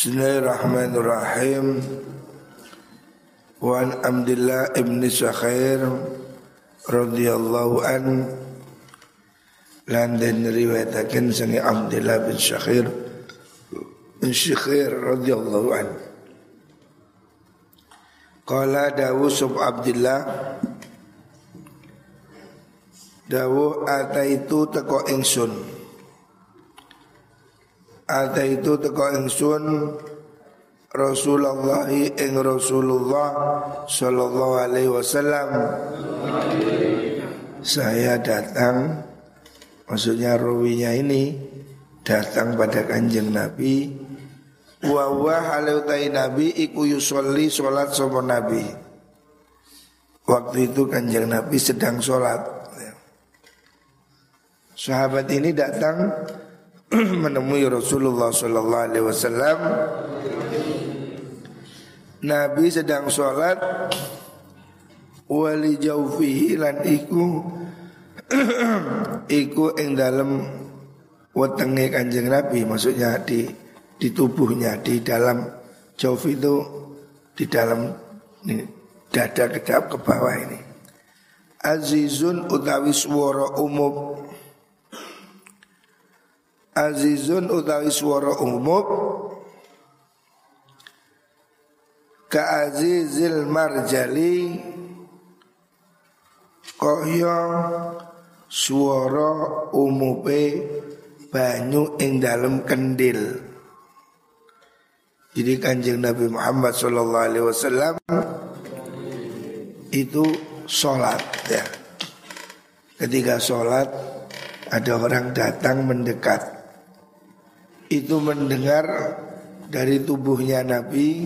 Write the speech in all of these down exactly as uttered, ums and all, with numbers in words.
Bismillahirrahmanirrahim. Wa an Abdillah ibn Sakhair radhiyallahu an lan den riwayataken sange Abdillah bin Sakhair bin Sakhair radhiyallahu an. Qala dawu sub Abdillah dawu ataitu teko ingsun Ada itu teko ingsun Rasulullah ing Rasulullah sallallahu alaihi wasallam. Saya datang, maksudnya rawinya ini datang pada kanjeng Nabi. Wa wa halautai Nabi iku yusolli solat sapa Nabi. Waktu itu kanjeng Nabi sedang solat. Sahabat ini datang menemui Rasulullah sallallahu alaihi wasallam. Nabi sedang sholat wali jaufihi lan iku iku ing dalem wetenge kanjeng Nabi, maksudnya di di tubuhnya, di dalam jauf itu di dalam ini, dada kedap ke bawah ini. Azizun utawi swara umum Azizun utawi swara umum ka azizil marjali kaya swara umupe banyu ing dalem kendil. Jadi kanjeng Nabi Muhammad sallallahu alaihi wasallam itu sholat ya. Ketika sholat ada orang datang mendekat, itu mendengar dari tubuhnya Nabi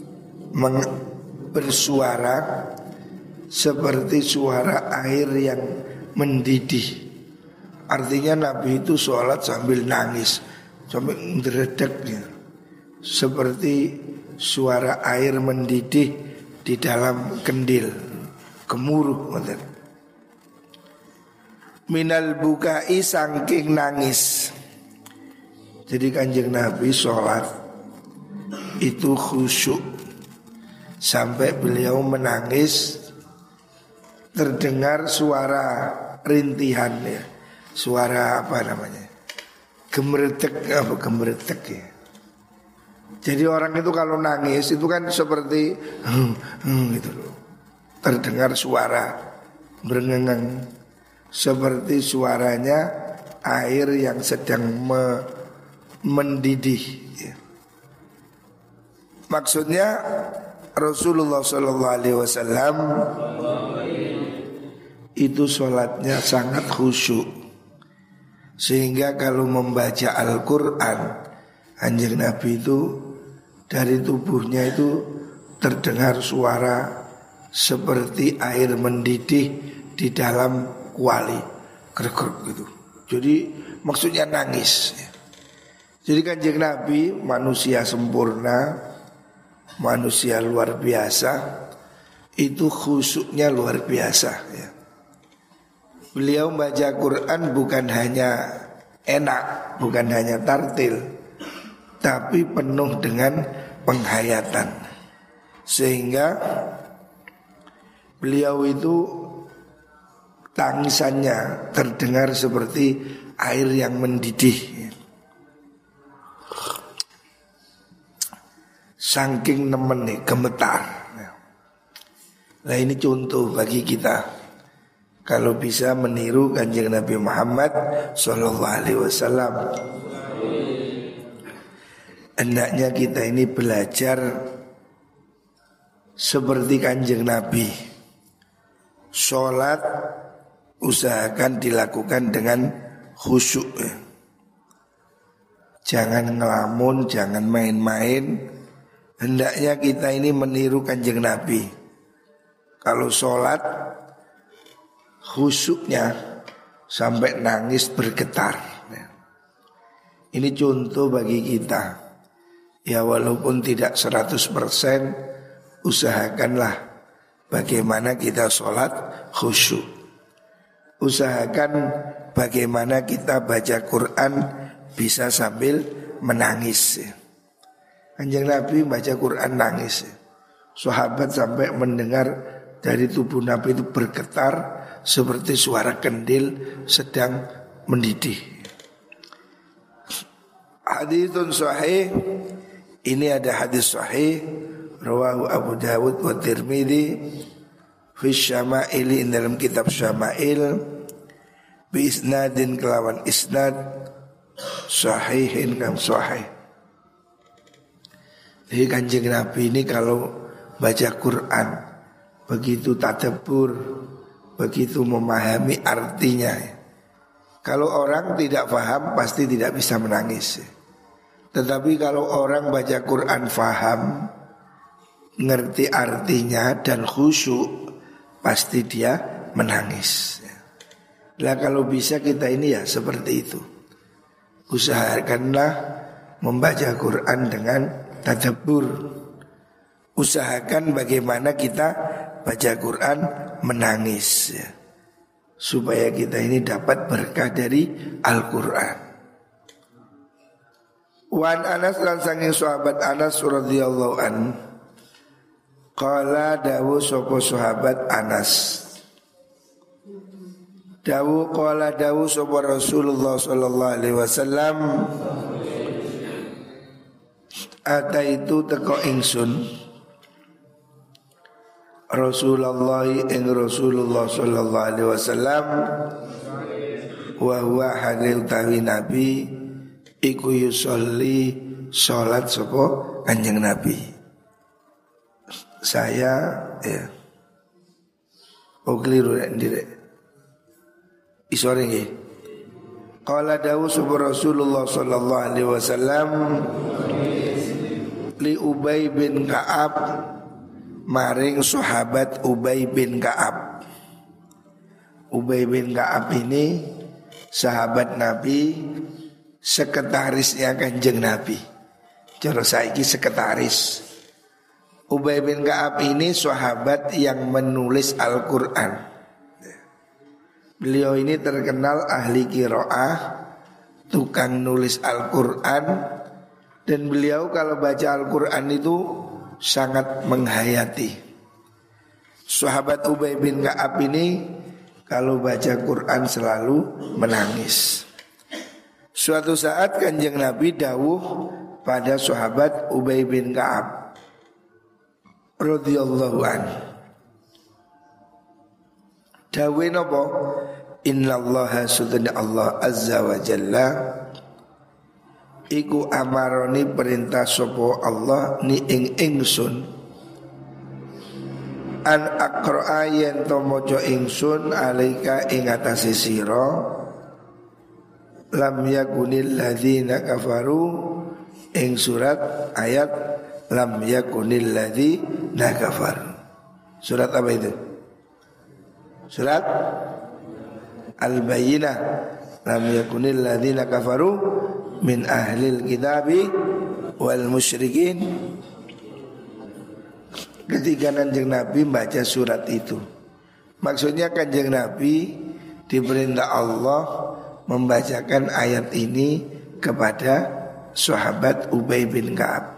bersuara seperti suara air yang mendidih. Artinya Nabi itu sholat sambil nangis, sambil ngeredek gitu. Seperti suara air mendidih di dalam kendil, gemuruh gitu. Minal bukai sangking nangis. Jadi kanjeng Nabi sholat itu khusyuk sampai beliau menangis, terdengar suara rintihan ya, suara apa namanya, gemeretek apa gemeretek ya. Jadi orang itu kalau nangis itu kan seperti hmm, hmm, gitu loh, terdengar suara berengang seperti suaranya air yang sedang me mendidih ya. Maksudnya Rasulullah sallallahu alaihi wasallam itu sholatnya sangat khusyuk, sehingga kalau membaca Al-Quran kanjeng Nabi itu dari tubuhnya itu terdengar suara seperti air mendidih di dalam kuali, krek-krek gitu. Jadi maksudnya nangis ya. Jadi kanjeng Nabi manusia sempurna, manusia luar biasa, itu khusyuknya luar biasa ya. Beliau baca Quran bukan hanya enak, bukan hanya tartil, tapi penuh dengan penghayatan. Sehingga beliau itu tangisannya terdengar seperti air yang mendidih. Saking nemen nih, gemetar. Nah ini contoh bagi kita, kalau bisa meniru kanjeng Nabi Muhammad sallallahu alaihi wasallam. Hendaknya kita ini belajar seperti kanjeng Nabi. Sholat usahakan dilakukan dengan khusyuk ya. Jangan ngelamun, jangan main-main. Hendaknya kita ini meniru kanjeng Nabi. Kalau sholat khusyuknya sampai nangis bergetar. Ini contoh bagi kita. Ya walaupun tidak seratus persen, usahakanlah bagaimana kita sholat khusyuk. Usahakan bagaimana kita baca Quran bisa sambil menangis. Kanjeng Nabi baca Quran nangis. Sahabat sampai mendengar dari tubuh Nabi itu bergetar seperti suara kendil sedang mendidih. Haditsun sahih, ini ada hadis sahih rawahu Abu Dawud wa Tirmidzi fi Syama'il, dalam kitab Syama'il, bi isnadin kelawan isnad sahihin kang sahih. Jadi Kanjeng Nabi ini kalau baca Quran begitu tadabbur, begitu memahami artinya. Kalau orang tidak paham pasti tidak bisa menangis. Tetapi kalau orang baca Quran paham, ngerti artinya dan khusyuk, pasti dia menangis. Lah kalau bisa kita ini ya seperti itu. Usahakanlah membaca Quran dengan tadabbur. Usahakan bagaimana kita baca Quran menangis ya, supaya kita ini dapat berkah dari Al-Quran. Wan Anas lan saking sahabat Anas radhiyallahu an, qala dawu sapa sahabat Anas, dawu qala dawu sapa Rasulullah sallallahu alaihi wasallam, ataitu teko ingsun Rasulullah ing Rasulullah sallallahu alaihi wasallam, wa huwa hadil tawi Nabi iku yusolli salat sapa Kanjeng Nabi. Saya ya oh keliru ndire isore nggih. Qala dawu sapa Rasulullah sallallahu alaihi wasallam li Ubay bin Ka'ab, maring sahabat Ubay bin Ka'ab. Ubay bin Ka'ab ini sahabat Nabi, sekretarisnya Kanjeng Nabi. Cara saiki sekretaris. Ubay bin Ka'ab ini sahabat yang menulis Al-Quran. Beliau ini terkenal ahli qiraah, tukang nulis Al-Quran, dan beliau kalau baca Al-Quran itu sangat menghayati. Sahabat Ubay bin Ka'ab ini kalau baca Quran selalu menangis. Suatu saat Kanjeng Nabi dawuh pada sahabat Ubay bin Ka'ab radhiyallahu anhu, dawuh napa? Innallaha sudana Allah azza wa jalla iku amaroni perintah sopo Allah ni ing ingsun an aqra'a yen to maca ingsun alaika ing atase sira lam yakunil ladzina kafaru, ing surat ayat lam yakunil ladzina kafaru. Surat apa itu? Surat Al-Bayyinah. Lam yakunil ladzina kafaru min ahlil kitabi wal musyrikin. Ketika Kanjeng Nabi baca surat itu, maksudnya Kanjeng Nabi diperintah Allah membacakan ayat ini kepada sahabat Ubay bin Ka'ab.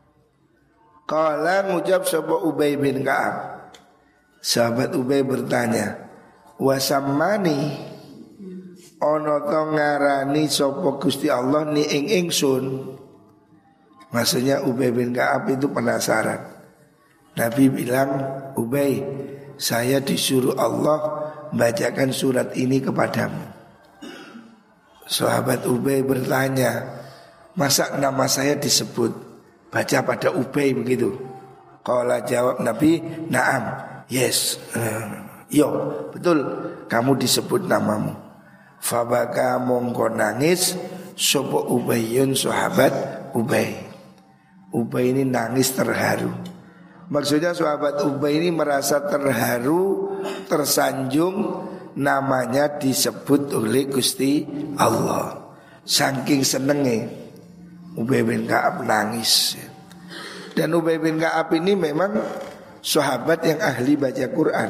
Qala ngucap sapa Ubay bin Ka'ab, sahabat Ubay bertanya, wasammani ono to ngarani sapa Gusti Allah ni ing ingsun. Maksudnya Ubay bin Ka'ab itu penasaran. Nabi bilang, Ubay, saya disuruh Allah bacakan surat ini kepadamu. Sahabat Ubay bertanya, masa nama saya disebut? Baca pada Ubay begitu. Qala jawab Nabi, naam, yes, uh, yo betul kamu disebut namamu. Fabaka mongko nangis sopo Ubayun sahabat Ubay. Ubay ini nangis terharu. Maksudnya sahabat Ubay ini merasa terharu, tersanjung, namanya disebut oleh Gusti Allah. Saking senengnya Ubay bin Ka'ab nangis. Dan Ubay bin Ka'ab ini memang sahabat yang ahli baca Quran.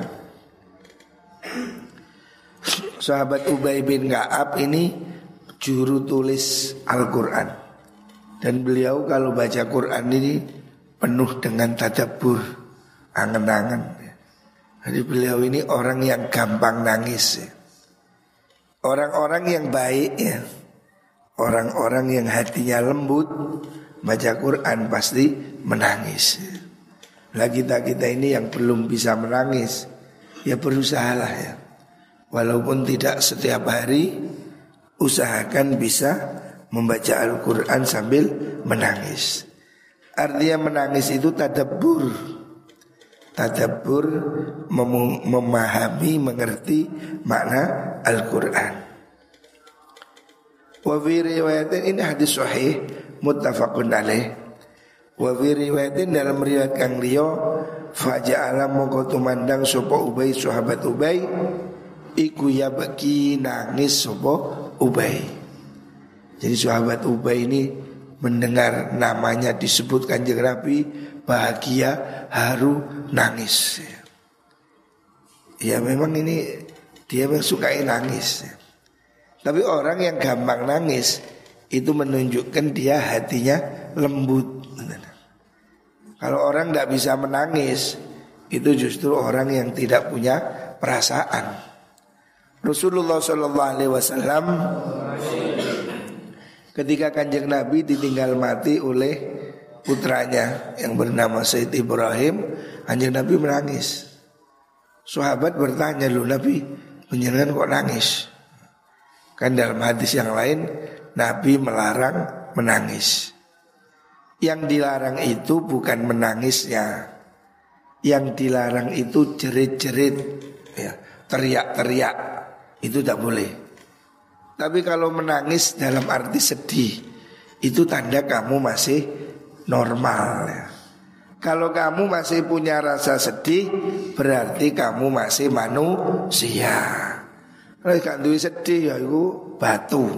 Sahabat Ubay bin Ka'ab ini juru tulis Al-Quran. Dan beliau kalau baca Quran ini penuh dengan tadabbur, angen-angen. Jadi beliau ini orang yang gampang nangis ya. Orang-orang yang baik ya, orang-orang yang hatinya lembut, baca Quran pasti menangis. Lah kita-kita ini yang belum bisa menangis, ya berusahalah ya. Walaupun tidak setiap hari, usahakan bisa membaca Al-Quran sambil menangis. Artinya menangis itu tadabbur. Tadabbur mem- memahami, mengerti makna Al-Quran. Wa fi riwayatin, ini hadis sahih muttafaqun alaih. Wa fi riwayatin, dalam riwayat kang liya, faja'ala mongko tumandang sapa Ubay, sahabat Ubay iku ya baki nangis sapa Ubay. Jadi sahabat Ubay ini mendengar namanya disebut Kanjeng Nabi, bahagia, haru, nangis. Ya memang ini dia memang sukai nangis. Tapi orang yang gampang nangis itu menunjukkan dia hatinya lembut. Kalau orang tidak bisa menangis, itu justru orang yang tidak punya perasaan. Rasulullah Shallallahu Alaihi Wasallam ketika Kanjeng Nabi ditinggal mati oleh putranya yang bernama Sayyid Ibrahim, Kanjeng Nabi menangis. Sahabat bertanya, "Loh Nabi, panjenengan kok nangis?" Kan dalam hadis yang lain Nabi melarang menangis. Yang dilarang itu bukan menangisnya, yang dilarang itu jerit-jerit, ya, teriak-teriak, itu tak boleh. Tapi kalau menangis dalam arti sedih, itu tanda kamu masih normal ya. Kalau kamu masih punya rasa sedih, berarti kamu masih manusia. Kalau gak duwe sedih ya itu batu.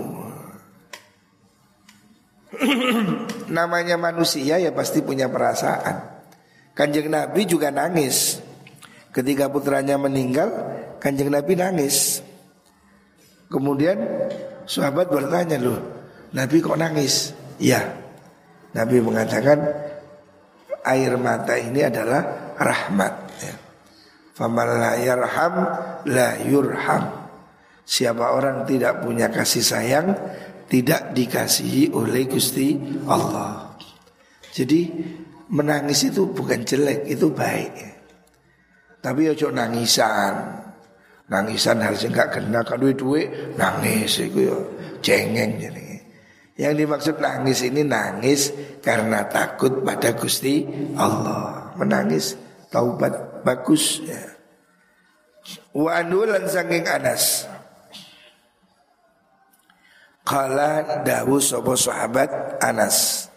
Namanya manusia ya pasti punya perasaan. Kanjeng Nabi juga nangis. Ketika putranya meninggal, Kanjeng Nabi nangis. Kemudian sahabat bertanya, "Loh, Nabi kok nangis?" Ya, Nabi mengatakan air mata ini adalah rahmat ya. Faman la yarham la yurham. Siapa orang tidak punya kasih sayang, tidak dikasihi oleh Gusti Allah. Jadi menangis itu bukan jelek, itu baik. Tapi ojo nangisan. Nangisan harus enggak kena kan duit-duit nangis itu ya cengeng jadi. Yang dimaksud nangis ini nangis karena takut pada Gusti Allah. Menangis taubat bagus ya. Wa anulan saking Anas. Qala dawu sapa sahabat Anas.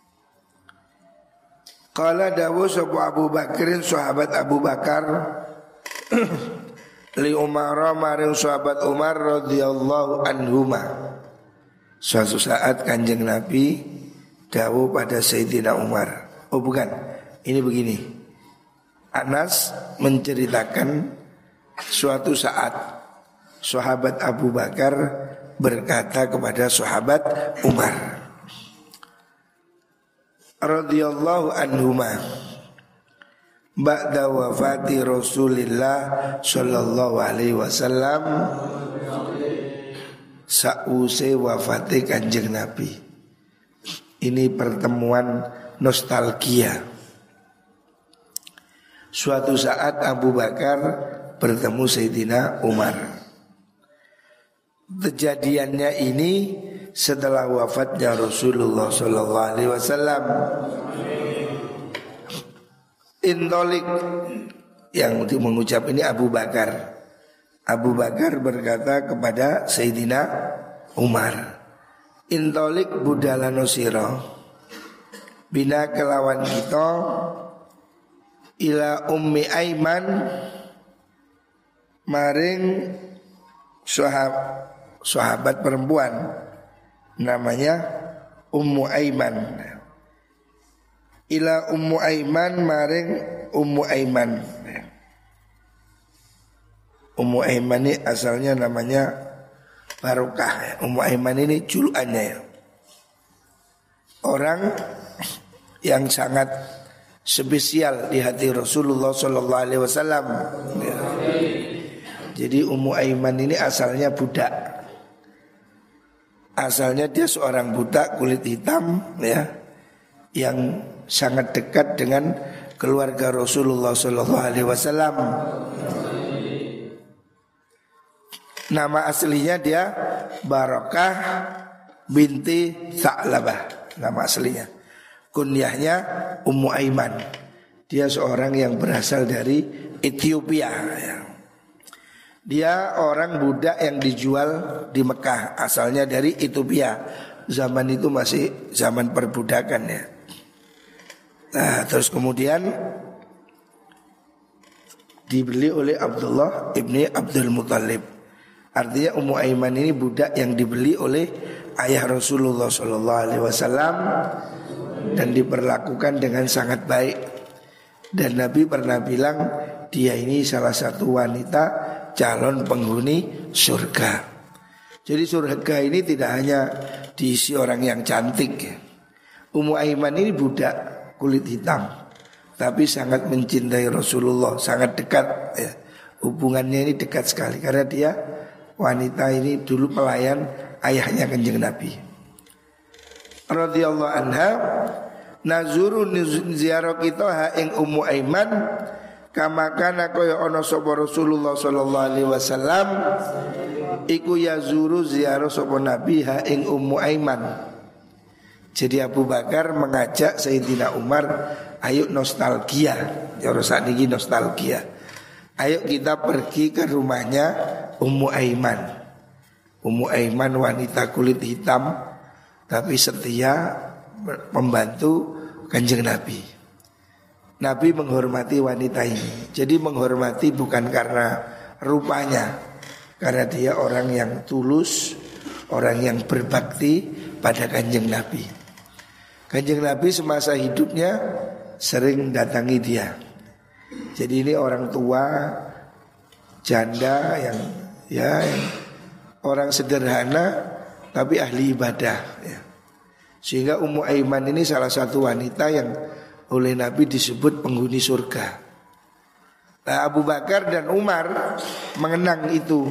Qala dawu sapa Abu Bakrin sahabat Abu Bakar li Umar maring sahabat Umar radhiyallahu anhuma. Suatu saat Kanjeng Nabi dawu pada Sayyidina Umar. Oh bukan, ini begini. Anas menceritakan suatu saat sahabat Abu Bakar berkata kepada sahabat Umar radhiyallahu anhuma ba'da wafati Rasulillah sallallahu alaihi wasallam, sause wafate Kanjeng Nabi. Ini pertemuan nostalgia. Suatu saat Abu Bakar bertemu Sayyidina Umar. Kejadiannya ini setelah wafatnya Rasulullah sallallahu alaihi wasallam. Intolik, yang mengucap ini Abu Bakar. Abu Bakar berkata kepada Sayyidina Umar, "Intolik budalano siro bina kelawan kita ila Ummi Aiman maring sahab, sahabat perempuan namanya Ummu Aiman. Ila Ummu Aiman maring Ummu Aiman. Ummu Aiman ini asalnya namanya Barokah. Ummu Aiman ini julukannya ya. orang yang sangat spesial di hati Rasulullah Sallallahu Alaihi Wasallam. Ya. Jadi Ummu Aiman ini asalnya budak. Asalnya dia seorang budak kulit hitam, ya, yang sangat dekat dengan keluarga Rasulullah Sallallahu Alaihi Wasallam. Nama aslinya dia Barakah binti Sa'labah, nama aslinya. Kunyahnya Ummu Aiman. Dia seorang yang berasal dari Ethiopia, ya. Dia orang budak yang dijual di Mekah, asalnya dari Ethiopia. Zaman itu masih zaman perbudakan, ya. Nah, terus kemudian dibeli oleh Abdullah ibni Abdul Muthalib. Artinya Ummu Aiman ini budak yang dibeli oleh ayah Rasulullah Sallallahu Alaihi Wasallam dan diperlakukan dengan sangat baik. Dan Nabi pernah bilang dia ini salah satu wanita calon penghuni surga. Jadi surga ini tidak hanya diisi orang yang cantik, ya. Ummu Aiman ini budak kulit hitam, tapi sangat mencintai Rasulullah, sangat dekat, ya. Hubungannya ini dekat sekali karena dia wanita ini dulu pelayan ayahnya Kanjeng Nabi. Radhiyallahu anha, nazuru ziarah kita ha ing Ummu Aiman kama kana kaya ana sapa Rasulullah sallallahu alaihi wasallam iku yazuru ziarah sapa Nabi ha ing Ummu Aiman. Jadi Abu Bakar mengajak Sayyidina Umar, ayo nostalgia, ya saat ini nostalgia. Ayo kita pergi ke rumahnya Ummu Aiman. Ummu Aiman wanita kulit hitam tapi setia membantu Kanjeng Nabi. Nabi menghormati wanita ini. Jadi menghormati bukan karena rupanya, karena dia orang yang tulus, orang yang berbakti pada Kanjeng Nabi. Kanjeng Nabi semasa hidupnya sering datangi dia. Jadi ini orang tua janda yang ya yang orang sederhana tapi ahli ibadah, ya. Sehingga Ummu Aiman ini salah satu wanita yang oleh Nabi disebut penghuni surga. Nah, Abu Bakar dan Umar mengenang itu.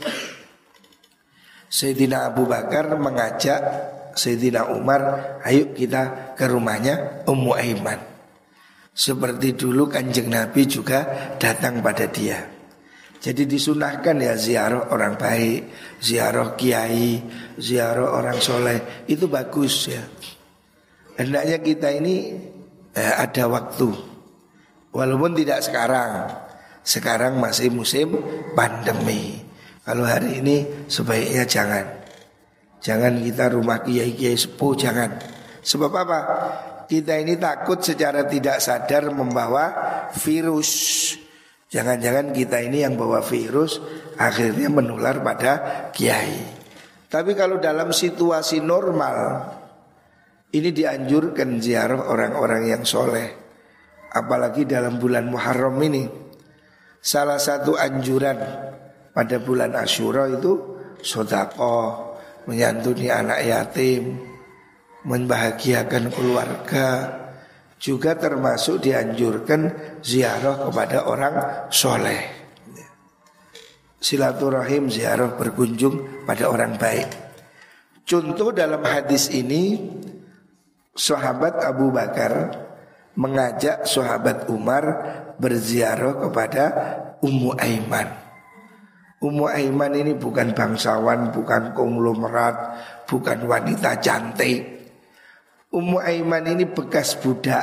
Sayyidina Abu Bakar mengajak Sayyidina Umar, ayo kita ke rumahnya Ummu Aiman. Seperti dulu Kanjeng Nabi juga datang pada dia. Jadi disunahkan ya ziarah orang baik, ziarah kiai, ziarah orang soleh, itu bagus, ya. Hendaknya kita ini eh, ada waktu. Walaupun tidak sekarang. Sekarang masih musim pandemi. Kalau hari ini sebaiknya jangan. Jangan kita rumah kiai-kiai sepuh, jangan. Sebab apa? Kita ini takut secara tidak sadar membawa virus. Jangan-jangan kita ini yang bawa virus akhirnya menular pada kiai. Tapi kalau dalam situasi normal, ini dianjurkan ziarah orang-orang yang soleh. Apalagi dalam bulan Muharram ini. Salah satu anjuran pada bulan Asyura itu sedekah, menyantuni anak yatim, membahagiakan keluarga. Juga termasuk dianjurkan ziarah kepada orang soleh. Silaturahim, ziarah, berkunjung pada orang baik. Contoh dalam hadis ini, sahabat Abu Bakar mengajak sahabat Umar berziarah kepada Ummu Aiman. Ummu Aiman ini bukan bangsawan, bukan konglomerat, bukan wanita cantik. Ummu Aiman ini bekas budak,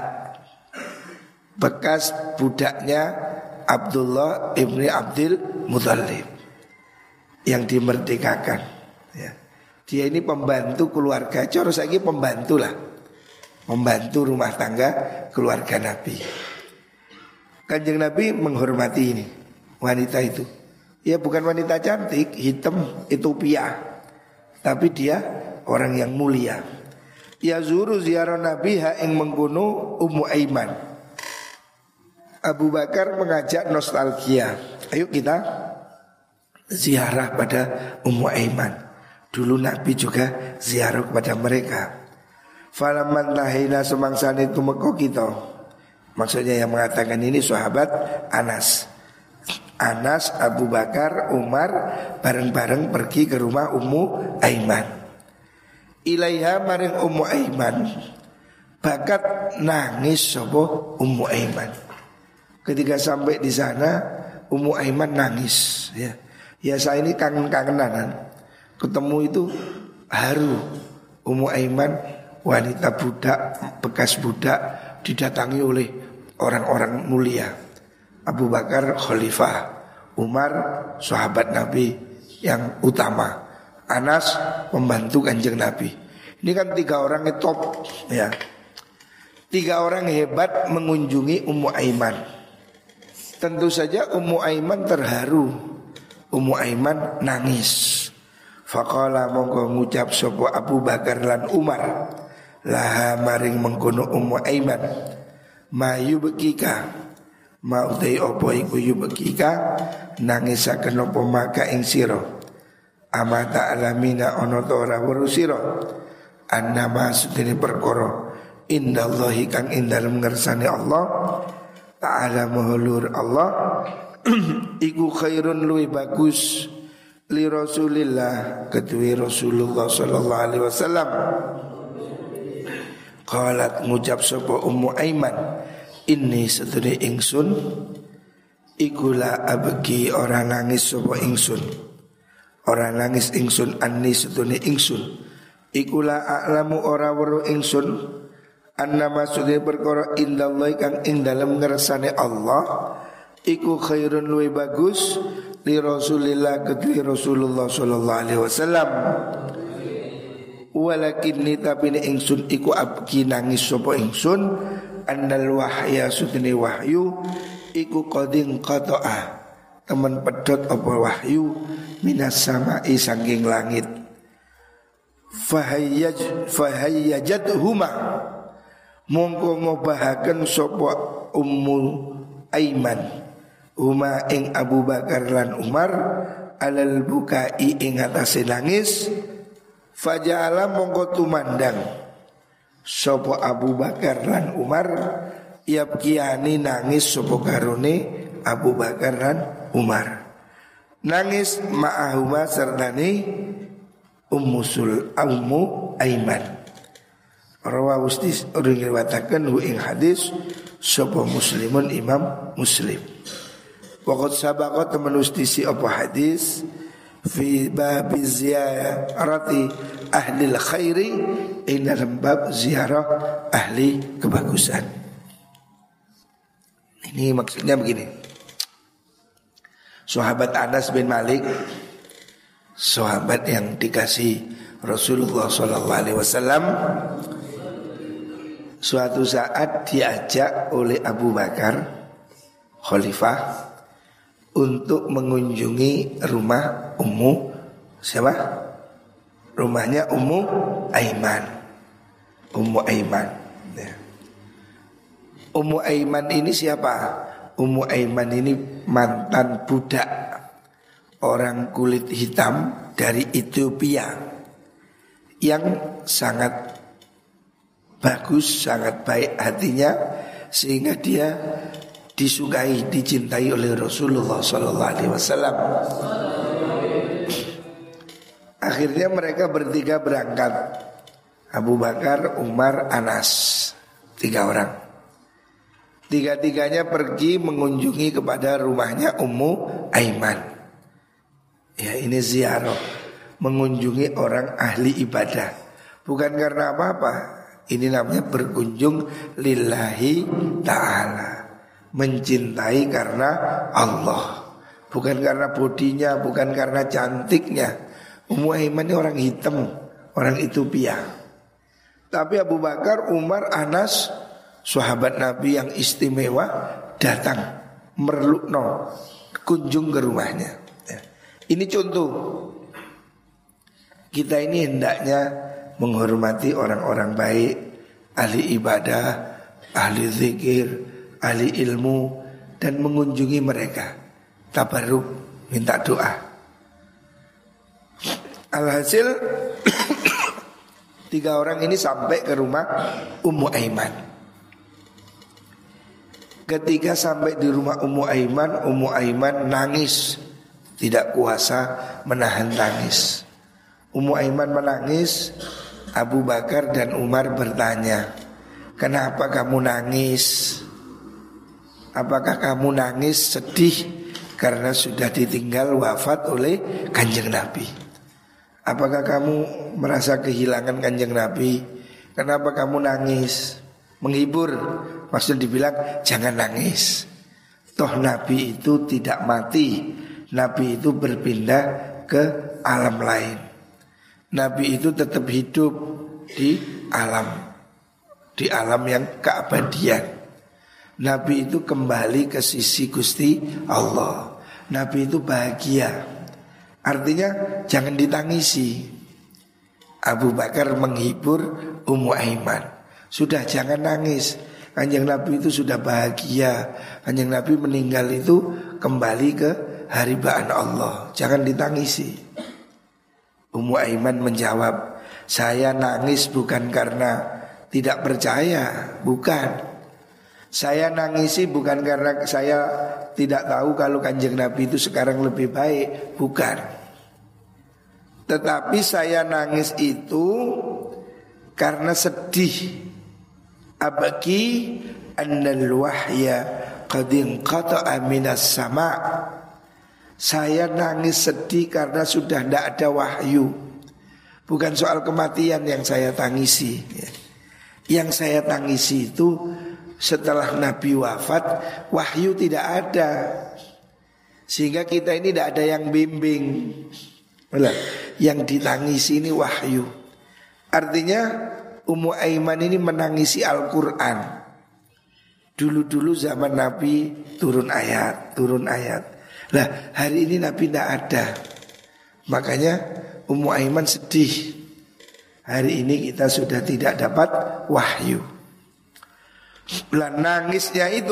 bekas budaknya Abdullah ibni Abdul Muthalib yang dimerdekakan, ya. Dia ini pembantu keluarga, coro lagi pembantu lah, membantu rumah tangga keluarga Nabi. Kanjeng Nabi menghormati ini wanita itu. Ya bukan wanita cantik, hitam, Ethiopia, tapi dia orang yang mulia. Ya zuru ziarah Nabi ha ing mengkono Ummu Aiman. Abu Bakar mengajak nostalgia. Ayo kita ziarah pada Ummu Aiman. Dulu Nabi juga ziarah kepada mereka. Falaman tahina semangsane tumeka kita. Maksudnya yang mengatakan ini sahabat Anas. Anas, Abu Bakar, Umar bareng-bareng pergi ke rumah Ummu Aiman. Ilaiha maring Ummu Aiman bakat nangis sapa Ummu Aiman. Ketika sampai di sana Ummu Aiman nangis ya. Ya saya ini kangen-kangenan. Ketemu itu haru. Ummu Aiman wanita budak, bekas budak didatangi oleh orang-orang mulia. Abu Bakar khalifah, Umar sahabat Nabi yang utama, Anas pembantu Kanjeng Nabi. Ini kan tiga orang yang top ya. Tiga orang hebat mengunjungi Ummu Aiman. Tentu saja Ummu Aiman terharu. Ummu Aiman nangis. Faqala mongko ngucap sapa Abu Bakar lan Umar laha maring mengkono Ummu Aiman mayu bekika mau te opo iku yubekika nangisaken opo maka ing sira amata alamina ono to ora weruh sira annama sudene perkara indallahi kang ing dalem ngersane Allah ta'ala mahulur Allah iku khairun luwih bagus li Rasulillah kedue Rasulullah sallallahu alaihi wasallam. Qalat ngucap sapa Ummu Aiman inni sedune ingsun ikula abki ora nangis sapa ingsun ora nangis ingsun anni sedune ingsun ikula a'lamu ora weruh ingsun annama sudhe perkara indallahi kang ing dalem ngersane Allah iku khairun luwih bagus li Rasulillah kedue Rasulullah sallallahu alaihi wasallam. Walakin ni tapi ni ingsun iku abki nangis sapa ingsun annal wahya sudene wahyu iku qadin qata'a temen pedhot apa wahyu minas sama'i saking langit fahayyaj fahayyajat huma mongko ngobahaken sapa Ummu Aiman huma ing Abu Bakar lan Umar alal bukai ing atase nangis. Faja'ala mongko tumandang sapa Abu Bakar lan Umar yabkiani nangis sapa karone Abu Bakar lan Umar nangis ma'ahuma sertane Ummu Sul Ummu Aiman rawahu ustis riwayataken hu ing hadis sapa Muslimun Imam Muslim waqad sabaqa temen ustisi apa hadis fi bab ziyarati ahli khairi ing dalam bab ziarah ahli kebagusan. Ini maksudnya begini. Sahabat Anas bin Malik, sahabat yang dikasih Rasulullah sallallahu alaihi wasallam, suatu saat diajak oleh Abu Bakar khalifah untuk mengunjungi rumah Ummu siapa? Rumahnya Ummu Aiman. Ummu Aiman. Ya. Ummu Aiman ini siapa? Ummu Aiman ini mantan budak orang kulit hitam dari Ethiopia yang sangat bagus, sangat baik hatinya sehingga dia disukai, dicintai oleh Rasulullah sallallahu alaihi wasallam. Akhirnya mereka bertiga berangkat. Abu Bakar, Umar, Anas, tiga orang. Tiga-tiganya pergi mengunjungi kepada rumahnya Ummu Aiman. Ya ini ziarah, mengunjungi orang ahli ibadah. Bukan karena apa-apa. Ini namanya berkunjung lillahi ta'ala, mencintai karena Allah, bukan karena bodinya, bukan karena cantiknya. Ummu Aiman ini orang hitam, orang Ethiopia. Tapi Abu Bakar, Umar, Anas, sahabat Nabi yang istimewa datang merlukno, kunjung ke rumahnya. Ini contoh. Kita ini hendaknya menghormati orang-orang baik, ahli ibadah, ahli zikir, ahli ilmu, dan mengunjungi mereka. Tabarruk, minta doa. Alhasil Tiga orang ini sampai ke rumah Ummu Aiman. Ketika sampai di rumah Ummu Aiman, Ummu Aiman nangis, tidak kuasa menahan tangis. Ummu Aiman menangis. Abu Bakar dan Umar bertanya, kenapa kamu nangis? Apakah kamu nangis sedih karena sudah ditinggal wafat oleh Kanjeng Nabi? Apakah kamu merasa kehilangan Kanjeng Nabi? Kenapa kamu nangis? Menghibur, maksud dibilang jangan nangis. Toh Nabi itu tidak mati. Nabi itu berpindah ke alam lain. Nabi itu tetap hidup di alam, di alam yang keabadian. Nabi itu kembali ke sisi Gusti Allah. Nabi itu bahagia. Artinya jangan ditangisi. Abu Bakar menghibur Ummu Aiman, sudah jangan nangis. Kanjeng Nabi itu sudah bahagia. Kanjeng Nabi meninggal itu kembali ke haribaan Allah, jangan ditangisi. Ummu Aiman menjawab, saya nangis bukan karena tidak percaya, bukan. Saya nangisi bukan karena saya tidak tahu kalau Kanjeng Nabi itu sekarang lebih baik, bukan. Tetapi saya nangis itu karena sedih. Abaki annal wahya qad inqata'a minas sama'. Saya nangis sedih karena sudah tidak ada wahyu. Bukan soal kematian yang saya tangisi. Yang saya tangisi itu setelah Nabi wafat, wahyu tidak ada. Sehingga kita ini tidak ada yang bimbing. Yang ditangisi ini wahyu. Artinya Ummu Aiman ini menangisi Al-Quran. Dulu-dulu zaman Nabi turun ayat, turun ayat. Lah hari ini Nabi tidak ada. Makanya Ummu Aiman sedih. Hari ini kita sudah tidak dapat wahyu. Lah nangisnya itu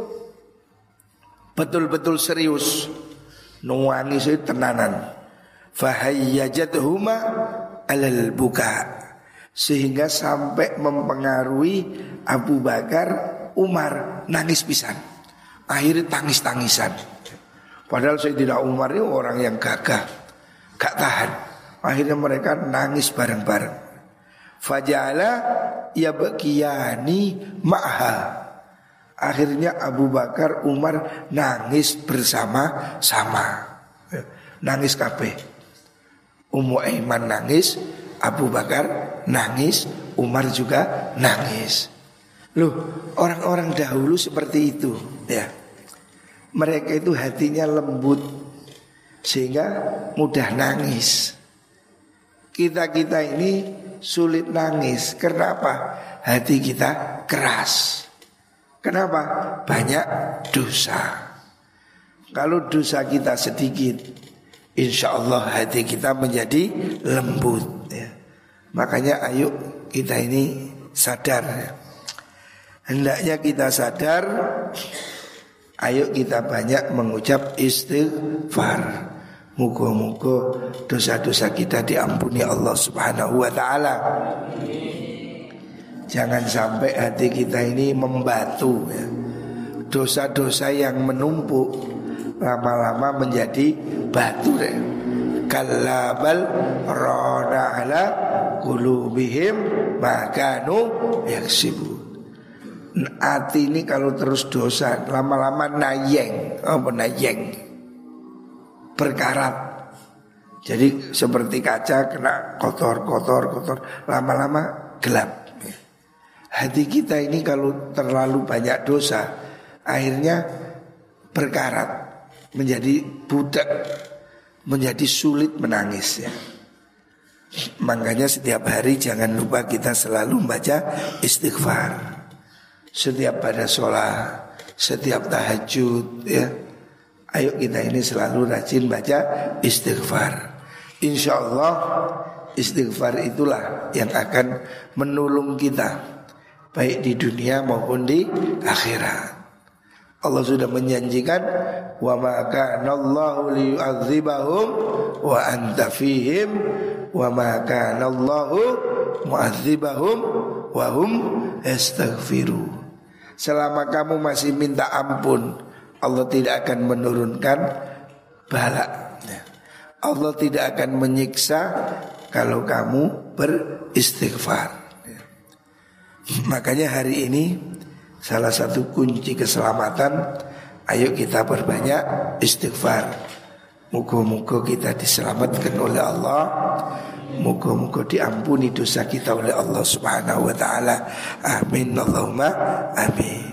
betul-betul serius. Nangis itu tenanan. Fahayyajatuhuma alal buka. Sehingga sampai mempengaruhi Abu Bakar, Umar nangis pisan. Akhirnya tangis-tangisan. Padahal Sayyidina Umar itu orang yang gagah, gak tahan. Akhirnya mereka nangis bareng-bareng. Fajala yabkiyani ma'ha. Akhirnya Abu Bakar, Umar nangis bersama-sama. Nangis kabeh. Ummu Aiman nangis, Abu Bakar nangis, Umar juga nangis. Loh, orang-orang dahulu seperti itu, ya. Mereka itu hatinya lembut sehingga mudah nangis. Kita-kita ini sulit nangis. Kenapa? Hati kita keras. Kenapa? Banyak dosa. Kalau dosa kita sedikit, insya Allah hati kita menjadi lembut, ya. Makanya ayo kita ini sadar, ya. Hendaknya kita sadar. Ayo kita banyak mengucap istighfar. Muga-muga dosa-dosa kita diampuni Allah Subhanahu wa ta'ala. Jangan sampai hati kita ini membatu, ya. Dosa-dosa yang menumpuk lama-lama menjadi batu, ya. Kallabal rana ala qulubihim makanu yaksibun. Hati ini kalau terus dosa lama-lama nayeng, apa nayeng, berkarat. Jadi seperti kaca kena kotor, kotor, kotor, lama-lama gelap. Hati kita ini kalau terlalu banyak dosa, akhirnya berkarat, menjadi budak, menjadi sulit menangis, ya. Makanya setiap hari jangan lupa kita selalu membaca istighfar. Setiap pada sholat, setiap tahajud, ya. Ayo kita ini selalu rajin baca istighfar. Insya Allah istighfar itulah yang akan menolong kita, baik di dunia maupun di akhirat. Allah sudah menjanjikan, wa ma kana Allahu liyu'adzibahum wa anta fihim wa ma kana Allahu mu'adzibahum wa hum yastaghfirun. Selama kamu masih minta ampun, Allah tidak akan menurunkan bala. Allah tidak akan menyiksa kalau kamu beristighfar. Makanya hari ini salah satu kunci keselamatan, ayo kita perbanyak istighfar. Moga-moga kita diselamatkan oleh Allah, moga-moga diampuni dosa kita oleh Allah Subhanahu wa taala. Amin Allahumma amin.